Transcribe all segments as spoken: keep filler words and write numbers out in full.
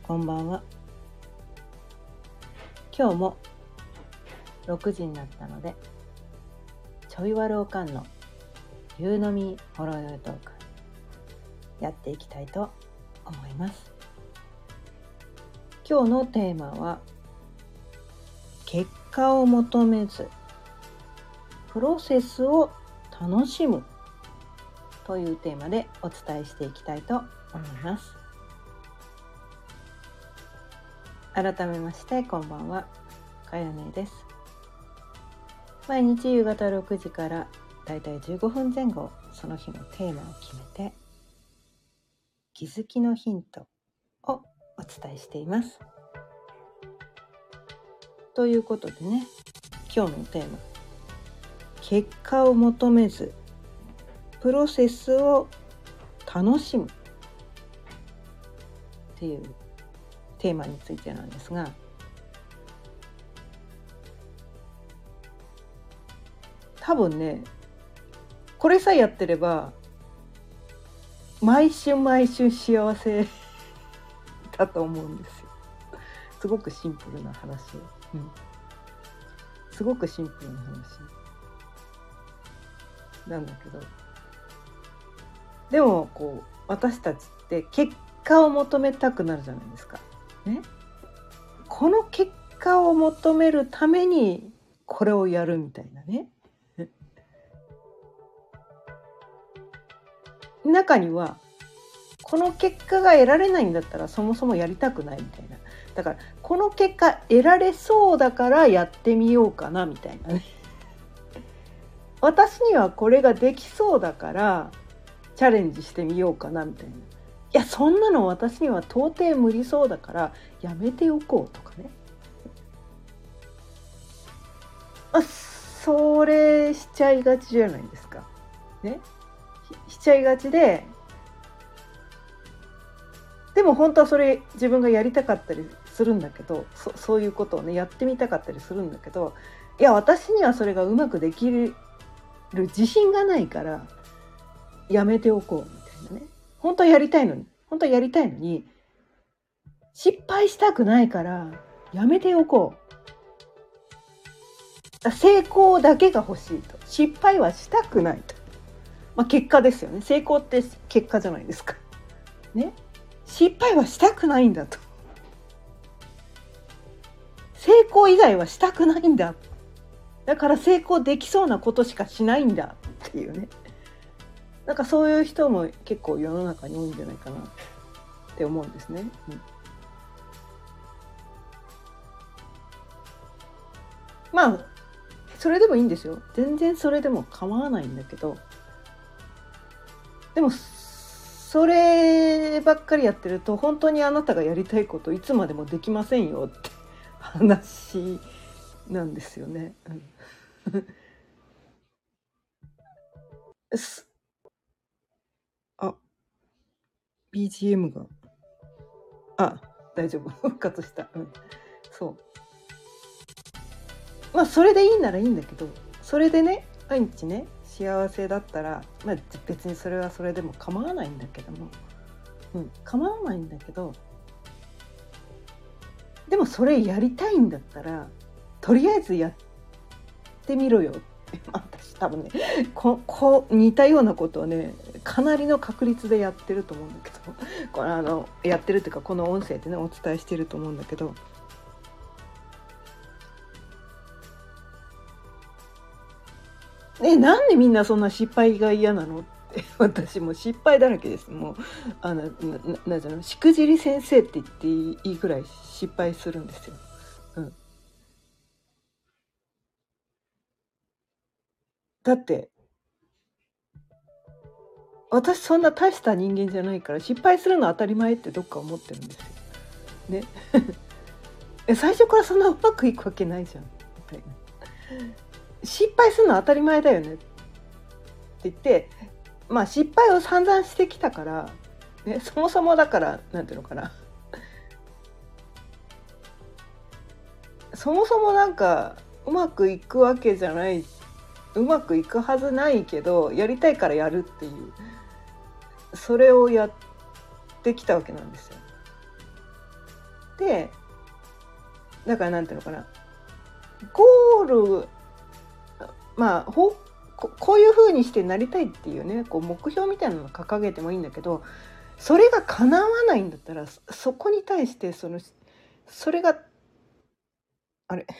こんばんは。今日もろくじになったので、ちょいわるおかんの夕飲みほろよいトークやっていきたいと思います。今日のテーマは、結果を求めずプロセスを楽しむというテーマでお伝えしていきたいと思います。改めましてこんばんは、かよねです。毎日夕方ろくじからだいたいじゅうごふんぜん後、その日のテーマを決めて気づきのヒントをお伝えしています。ということでね、今日のテーマ、結果を求めずプロセスを楽しむっていうテーマについてなんですが、多分ね、これさえやってれば毎週毎週幸せだと思うんですよ。すごくシンプルな話、うん、すごくシンプルな話なんだけど、でもこう私たちって結果を求めたくなるじゃないですか、ね、この結果を求めるためにこれをやるみたいなね。中にはこの結果が得られないんだったらそもそもやりたくないみたいな、だからこの結果得られそうだからやってみようかなみたいなね私にはこれができそうだからチャレンジしてみようかなみたいな、いやそんなの私には到底無理そうだからやめておこうとかね、あ、それしちゃいがちじゃないですかね。しちゃいがちで、でも本当はそれ自分がやりたかったりするんだけど、 そ, そういうことをねやってみたかったりするんだけど、いや私にはそれがうまくできる自信がないからやめておこうみたいなね。本当はやりたいのに本当はやりたいのに失敗したくないからやめておこう、成功だけが欲しいと、失敗はしたくないと、まあ、結果ですよね。成功って結果じゃないですかね。失敗はしたくないんだと、成功以外はしたくないんだ、だから成功できそうなことしかしないんだっていうね。なんかそういう人も結構世の中に多いんじゃないかなって思うんですね、うん、まあそれでもいいんですよ。全然それでも構わないんだけど、でもそればっかりやってると本当にあなたがやりたいこといつまでもできませんよって話なんですよね、うん、あ ビージーエム があ大丈夫復活した、うん、そうまあそれでいいならいいんだけど、それでね毎日ね幸せだったら、まあ、別にそれはそれでも構わないんだけども、うん、構わないんだけど、でもそれやりたいんだったらとりあえずやってみろよって私多分ね こ, こ似たようなことをねかなりの確率でやってると思うんだけど、これあのやってるっていうかこの音声でねお伝えしてると思うんだけど、えなんでみんなそんな失敗が嫌なのって私も失敗だらけです。もうあの な, な, なしくじり先生って言っていいぐらい失敗するんですよ、うん、だって私そんな大した人間じゃないから失敗するのは当たり前ってどっか思ってるんですよね最初からそんなうまくいくわけないじゃんみたいな、失敗するのは当たり前だよねって言って、まあ失敗を散々してきたから、ね、そもそもだからなんていうのかな、そもそもなんかうまくいくわけじゃない、うまくいくはずないけどやりたいからやるっていう、それをやってきたわけなんですよ。 でだからなんていうのかな、ゴール、まあほここういう風にしてなりたいっていうね、こう目標みたいなのを掲げてもいいんだけど、それが叶わないんだったら、そそこに対してそのそれがあれ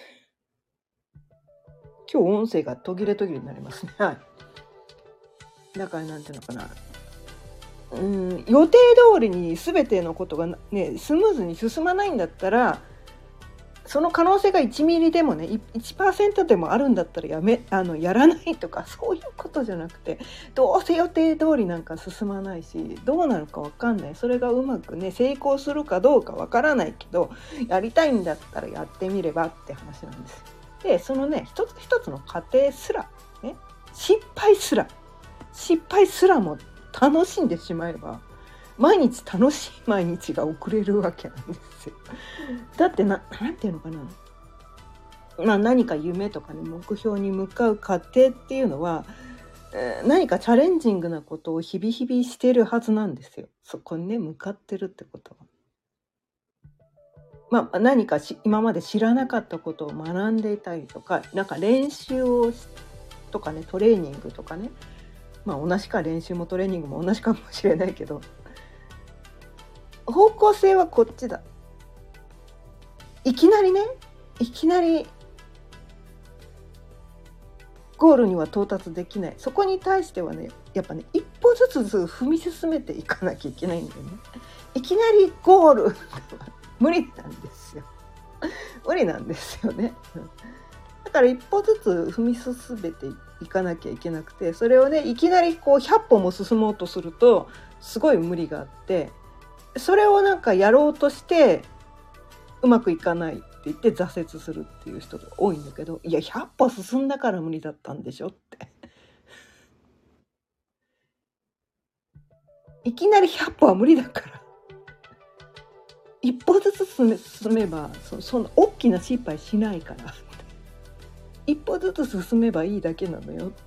今日音声が途切れ途切れになりますね。はい。だからなんていうのかな、うん、予定通りに全てのことがねスムーズに進まないんだったら、その可能性がいちミリでもね いちパーセント でもあるんだったらやめあのやらないとか、そういうことじゃなくて、どうせ予定通りなんか進まないし、どうなるか分かんない、それがうまくね成功するかどうか分からないけど、やりたいんだったらやってみればって話なんです。でそのね一つ一つの過程すら、ね、失敗すら失敗すらも楽しんでしまえば、毎日楽しい毎日が送れるわけなんですよ。だってな、なんていうのかな、まあ、何か夢とかね目標に向かう過程っていうのは、えー何かチャレンジングなことを日々日々してるはずなんですよ。そこにね向かってるってことは、まあ、何かし今まで知らなかったことを学んでいたりとか、なんか練習をしとかね、トレーニングとかね、まあ同じか、練習もトレーニングも同じかもしれないけど、方向性はこっちだ。いきなりねいきなりゴールには到達できない。そこに対してはねやっぱね一歩ずつ踏み進めていかなきゃいけないんだよね。いきなりゴール無理なんですよ。無理なんですよね。だから一歩ずつ踏み進めていかなきゃいけなくて、それをねいきなりこうひゃっぽも進もうとするとすごい無理があって、それをなんかやろうとしてうまくいかないって言って挫折するっていう人が多いんだけど、いやひゃっぽ進んだから無理だったんでしょって。いきなりひゃっぽは無理だから、一歩ずつ進め進めば そ, そんな大きな失敗しないから、一歩ずつ進めばいいだけなのよって。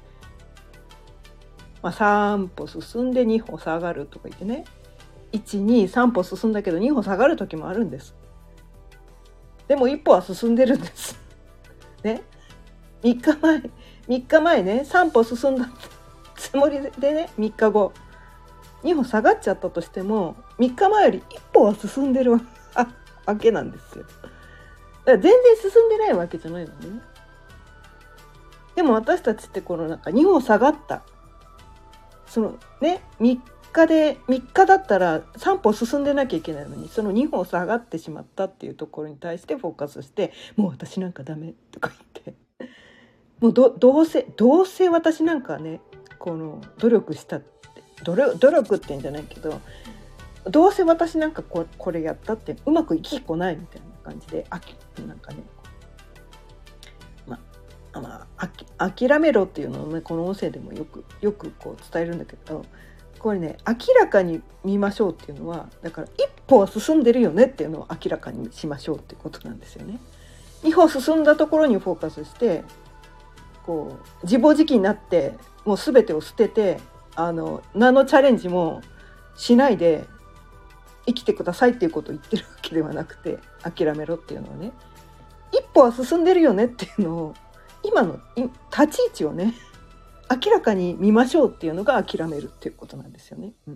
まあ、さん歩進んでに歩下がるとか言ってね、いちにさん歩進んだけどに歩下がる時もあるんです。でも一歩は進んでるんですね。みっかまえみっかまえねさん歩進んだつもりでね、みっかごに歩下がっちゃったとしてもみっかまえより一歩は進んでるわけなんですよ。だから全然進んでないわけじゃないのね。でも私たちってこのなんかに歩下がった、そのねみっかでみっかだったらさん歩進んでなきゃいけないのに、そのに歩下がってしまったっていうところに対してフォーカスして、もう私なんかダメとか言って、もう ど, どうせどうせ私なんかねこの努力したって努力努力ってんじゃないけど、どうせ私なんか こ, これやったってうまくいきっこないみたいな感じで、あきなんかね、まあまあ、あき諦めろっていうのを、ね、この音声でもよくよくこう伝えるんだけど、これね明らかに見ましょうっていうのは、だから一歩は進んでるよねっていうのを明らかにしましょうっていうことなんですよね。に歩進んだところにフォーカスして、こう自暴自棄になってもう全てを捨てて、あの何のチャレンジもしないで生きてくださいっていうことを言ってるわけではなくて、諦めろっていうのはね、一歩は進んでるよねっていうのを、今の立ち位置をね明らかに見ましょうっていうのが諦めるっていうことなんですよね。うん、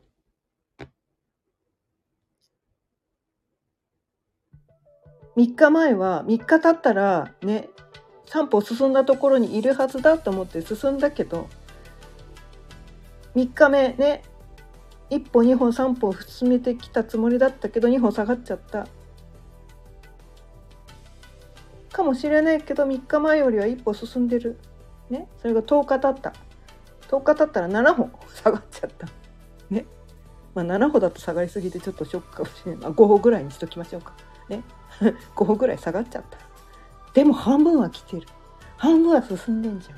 みっかまえはみっか経ったらねさん歩進んだところにいるはずだと思って進んだけど、みっかめねいっ歩に歩さん歩進めてきたつもりだったけどに歩下がっちゃったかもしれないけど、みっかまえよりは一歩進んでる、ね、それがとおか経ったとおか経ったらなな歩下がっちゃったね。まあ、なな歩だと下がりすぎてちょっとショックかもしれない、まあ、ご歩ぐらいにしときましょうかねご歩ぐらい下がっちゃった。でも半分は来てる、半分は進んでんじゃん。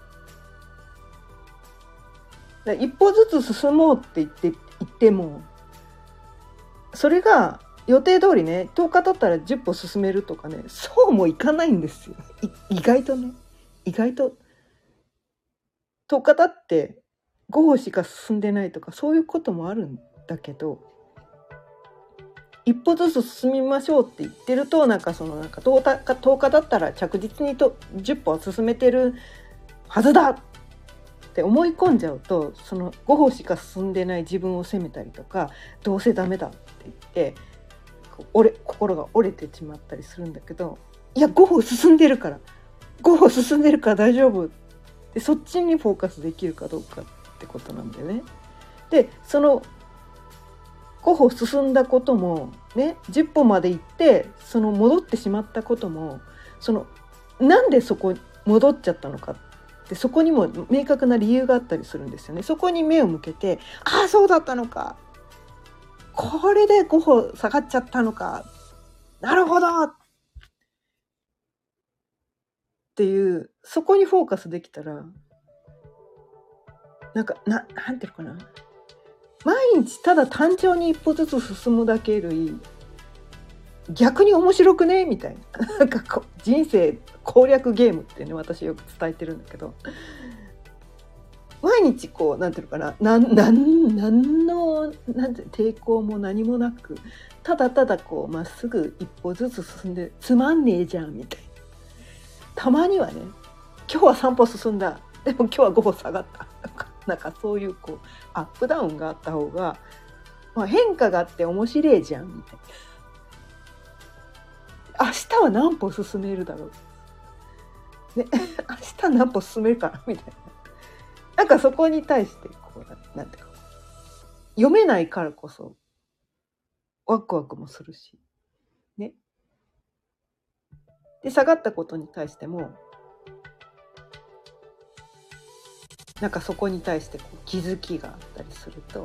だ一歩ずつ進もうって言って言っても、それが予定通りねとおか経ったらじゅっ歩進めるとかね、そうもいかないんですよ。意外とね意外ととおか経ってご歩しか進んでないとか、そういうこともあるんだけど、 一歩ずつ進みましょうって言ってると、なんかそのなんかとおかとおかだったら着実にとじゅっぽは進めてるはずだって思い込んじゃうと、そのご歩しか進んでない自分を責めたりとか、どうせダメだって言って折れ心が折れてしまったりするんだけど、いやご歩進んでるからご歩進んでるから大丈夫で、そっちにフォーカスできるかどうかってことなんだよね。でそのご歩進んだこともね、じゅっぽまで行ってその戻ってしまったことも、そのなんでそこに戻っちゃったのかって、そこにも明確な理由があったりするんですよね。そこに目を向けて、ああそうだったのか、これでご歩下がっちゃったのか、なるほどっていう、そこにフォーカスできたら、なんかななんていうのかな、毎日ただ単調に一歩ずつ進むだけより逆に面白くねみたいな、なんかこう人生攻略ゲームってね、私よく伝えてるんだけど、毎日こうなんていうのかな、なんなんなんのなんて抵抗も何もなく、ただただこうまっすぐ一歩ずつ進んで、つまんねえじゃんみたいな。たまにはね、今日はさんぽ進んだ、でも今日はご歩下がったとか、なんかそういうこうアップダウンがあった方が、まあ、変化があって面白いじゃんみたいな。明日は何歩進めるだろう、ね、明日何歩進めるからみたいな。なんかそこに対してこうなんていうか、読めないからこそワクワクもするしね。で下がったことに対しても、なんかそこに対してこう気づきがあったりすると、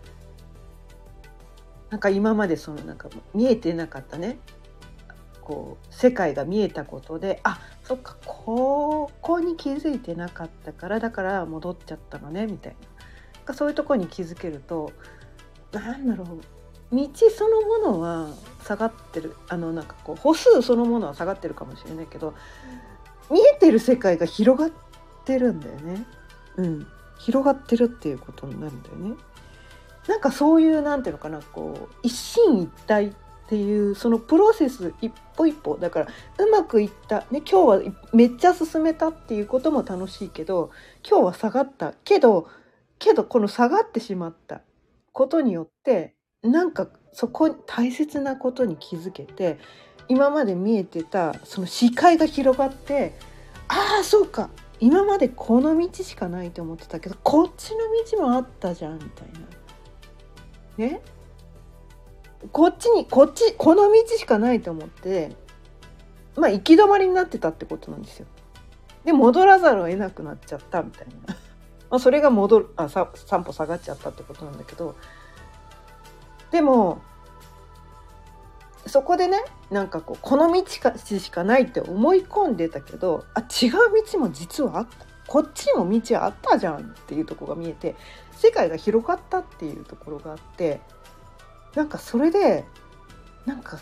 なんか今までそのなんか見えてなかったね、こう世界が見えたことで、あ、そっか、ここに気づいてなかったからだから戻っちゃったのねみたいな、なんかそういうところに気づけると、なんだろう、道そのものは下がってる、あのなんかこう歩数そのものは下がってるかもしれないけど、見えてる世界が広がってるんだよね。うん、広がってるっていうことになるんだよね。なんかそういうなんていうのかな、こう一進一退っていうそのプロセス一歩一歩だから、うまくいったね、今日はめっちゃ進めたっていうことも楽しいけど、今日は下がったけどけどこの下がってしまったことによってなんかそこ大切なことに気づけて、今まで見えてたその視界が広がって、ああそうか、今までこの道しかないと思ってたけどこっちの道もあったじゃんみたいなね。こっちにこっちこの道しかないと思って、まあ行き止まりになってたってことなんですよ。で戻らざるを得なくなっちゃったみたいなまあそれが戻るあささん歩下がっちゃったってことなんだけど、でもそこでね、なんかこうこの道しかないって思い込んでたけど、あ、違う道も実はあった、こっちにも道あったじゃんっていうところが見えて、世界が広がったっていうところがあって、なんかそれでなんか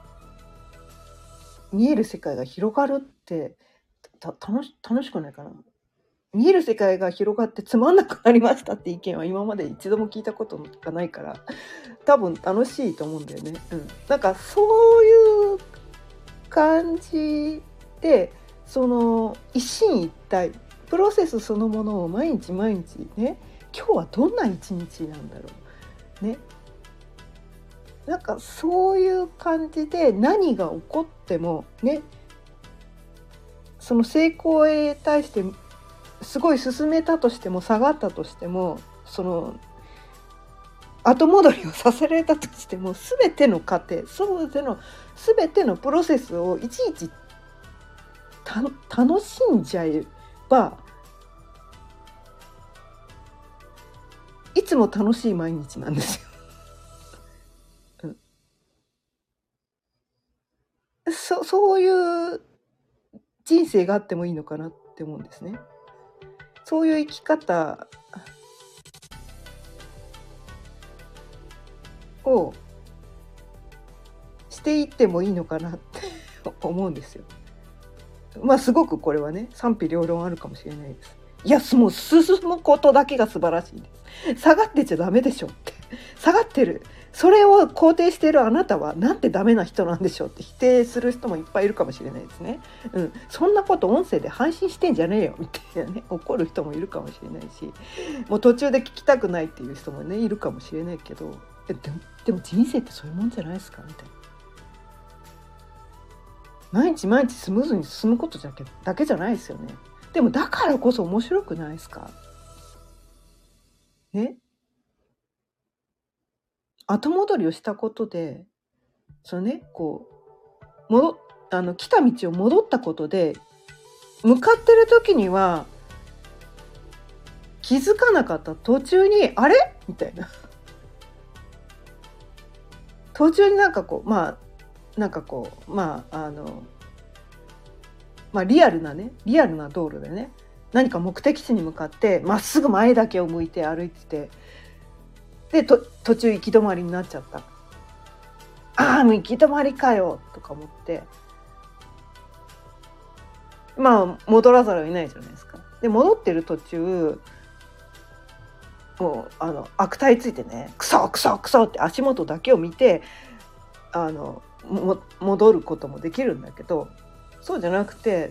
見える世界が広がるってた楽し楽しくないかな。見える世界が広がってつまんなくなりましたって意見は今まで一度も聞いたことがないから、多分楽しいと思うんだよね。うん、なんかそういう感じで、その一進一退プロセスそのものを毎日毎日ね、今日はどんな一日なんだろうね、なんかそういう感じで何が起こってもね、その成功へ対してすごい進めたとしても下がったとしても、その後戻りをさせられたとしても、全ての過程、そうでの全てのプロセスをいちいちた楽しんじゃえば、いつも楽しい毎日なんですよ。うん、そ, そういう人生があってもいいのかなって思うんですね。そういう生き方をしていってもいいのかなって思うんですよ。まあすごくこれはね、賛否両論あるかもしれないです。いやもう進むことだけが素晴らしいです。下がってちゃダメでしょって。下がってるそれを肯定しているあなたはなんてダメな人なんでしょうって否定する人もいっぱいいるかもしれないですね、うん、そんなこと音声で配信してんじゃねえよみたいなね怒る人もいるかもしれないし、もう途中で聞きたくないっていう人もねいるかもしれないけど、えでも、でも人生ってそういうもんじゃないですかみたいな。毎日毎日スムーズに進むことだけだけじゃないですよね。でもだからこそ面白くないですかね。後戻りをしたことで、そのね、こう戻あの来た道を戻ったことで、向かってる時には気づかなかった途中にあれみたいな、途中になんかこうまあなんかこうまああのまあリアルなねリアルな道路でね、何か目的地に向かってまっすぐ前だけを向いて歩いてて、でと途中行き止まりになっちゃった。ああもう行き止まりかよとか思って、まあ戻らざるを得ないじゃないですか。で戻ってる途中もうあの悪態ついてね、クソクソクソって足元だけを見てあのも戻ることもできるんだけど、そうじゃなくて、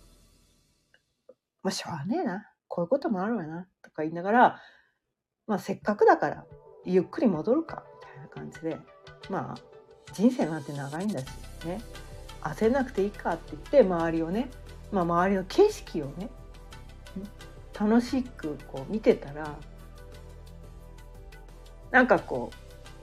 まあしょうがねえな、こういうこともあるわなとか言いながら、まあせっかくだからゆっくり戻るかみたいな感じで、まあ人生なんて長いんだしね、焦らなくていいかって言って周りをね、まあ、周りの景色をね楽しくこう見てたら、なんかこう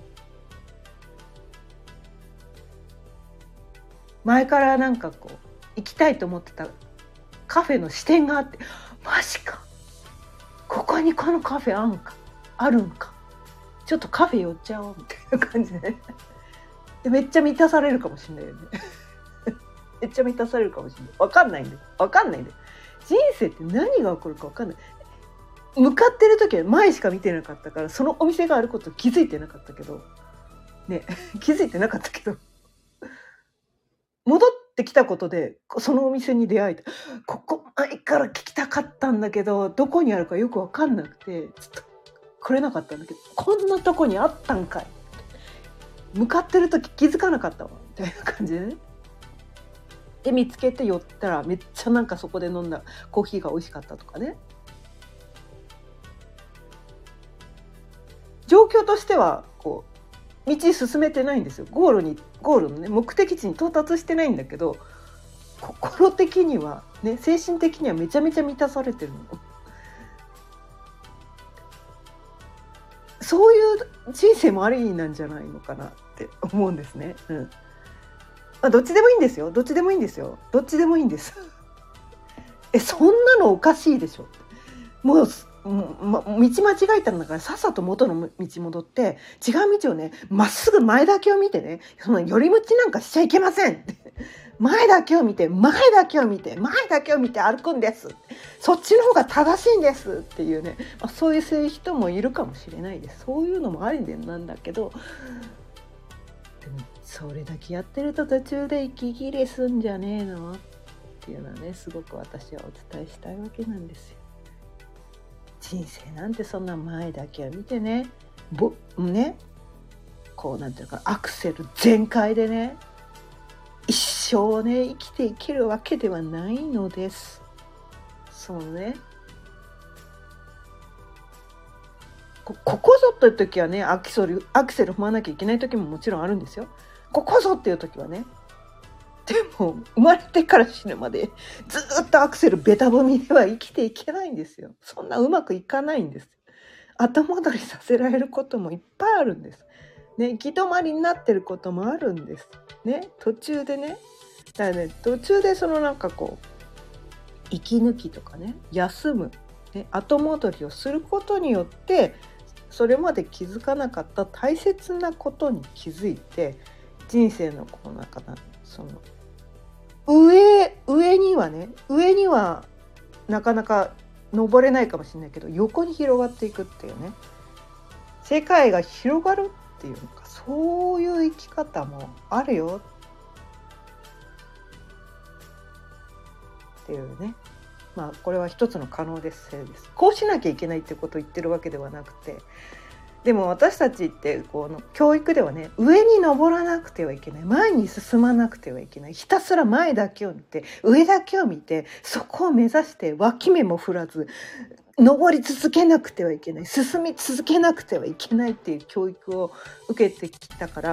前からなんかこう行きたいと思ってたカフェの支店があって、マジかここにこのカフェあんかあるんか、ちょっとカフェ寄っちゃおうみたいな感じで、でめっちゃ満たされるかもしれないよねめっちゃ満たされるかもしれない。分かんないんで分かんないんで人生って何が起こるか分かんない。向かってる時は前しか見てなかったから、そのお店があること気づいてなかったけどね気づいてなかったけど戻ってきたことでそのお店に出会えた。ここ前から聞きたかったんだけどどこにあるかよく分かんなくてちょっと来れなかったんだけど、こんなとこにあったんかい、向かってる時気づかなかったわみたいな感じでね、で見つけて寄ったらめっちゃなんかそこで飲んだコーヒーが美味しかったとかね、状況としてはこう道進めてないんですよ。ゴールにゴールのね目的地に到達してないんだけど、心的にはね精神的にはめちゃめちゃ満たされてるの。そういう人生もありなんじゃないのかなって思うんですね。うん。まあ、どっちでもいいんですよ。どっちでもいいんですよ。どっちでもいいんです。え、そんなのおかしいでしょ。もう、ま、道間違えたんだからさっさと元の道戻って違う道をねまっすぐ前だけを見てね、その寄り道なんかしちゃいけません前だけを見て前だけを見て前だけを見て歩くんです、そっちの方が正しいんですっていうね、まあ、そういう人もいるかもしれないです。そういうのもありでなんだけど、でもそれだけやってると途中で息切れすんじゃねえのっていうのはね、すごく私はお伝えしたいわけなんですよ。人生なんてそんな前だけを見てね、ぼねこうなんていうかアクセル全開でね一生ね生きていけるわけではないのです。そうね、こここぞという時はねアクセルアクセル踏まなきゃいけない時ももちろんあるんですよ。ここぞっていう時はね。でも生まれてから死ぬまでずっとアクセルベタ踏みでは生きていけないんですよ。そんなうまくいかないんです。後戻りさせられることもいっぱいあるんです。ね、行き止まりになってることもあるんです。ね、途中でね、だからね、途中でそのなんかこう息抜きとかね、休む、ね、後戻りをすることによってそれまで気づかなかった大切なことに気づいて、人生のこうなんかなその上上にはね上にはなかなか登れないかもしれないけど横に広がっていくっていうね、世界が広がるっていうのか、そういう生き方もあるよっていうね、まあこれは一つの可能性です。こうしなきゃいけないってことを言ってるわけではなくて、 でも私たちってこの教育ではね、上に登らなくてはいけない、前に進まなくてはいけない、ひたすら前だけを見て、上だけを見て、そこを目指して脇目も振らず登り続けなくてはいけない、進み続けなくてはいけないっていう教育を受けてきたから、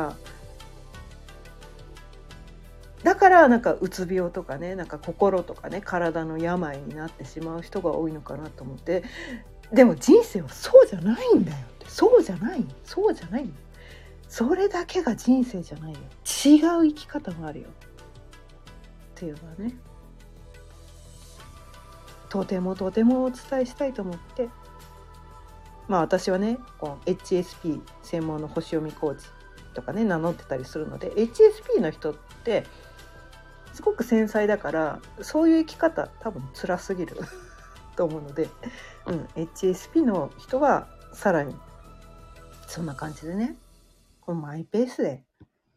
だからなんかうつ病とかね、なんか心とかね、体の病になってしまう人が多いのかなと思って。でも人生はそうじゃないんだよって、そうじゃない、そうじゃない、それだけが人生じゃないよ、違う生き方もあるよっていうのはね、とてもとてもお伝えしたいと思って。まあ私はね、この エイチエスピー 専門の星読みコーチとかね名乗ってたりするので、 エイチエスピー の人ってすごく繊細だから、そういう生き方多分辛すぎると思うので、うん、エイチエスピー の人はさらにそんな感じでね、このマイペースで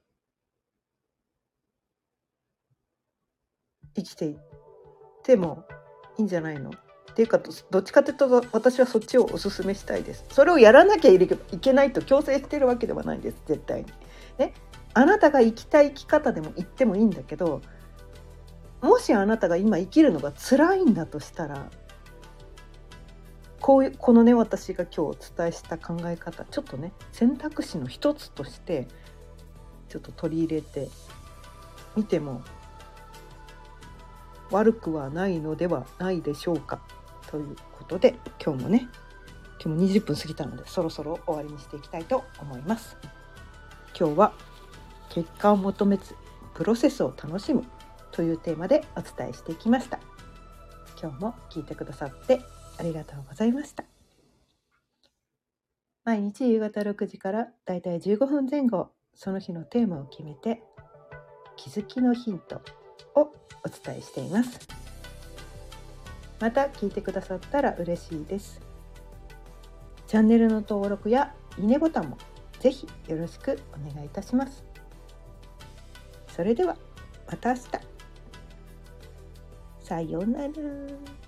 生きていってもいいんじゃないのっていうか、どっちかというと私はそっちをおすすめしたいです。それをやらなきゃいけないと強制してるわけではないんです、絶対にね。あなたが生きたい生き方でも言ってもいいんだけど、もしあなたが今生きるのが辛いんだとしたら、こういうこのね、私が今日お伝えした考え方、ちょっとね選択肢の一つとしてちょっと取り入れてみても悪くはないのではないでしょうかということで、今日もね、今日もにじゅっぷん過ぎたのでそろそろ終わりにしていきたいと思います。今日は結果を求めずプロセスを楽しむというテーマでお伝えしていきました。今日も聞いてくださってありがとうございました。毎日夕方ろくじからだいたいじゅうごふんぜん後、その日のテーマを決めて気づきのヒントをお伝えしています。また聞いてくださったら嬉しいです。チャンネルの登録やいいねボタンもぜひよろしくお願いいたします。それではまた明日。さようなら。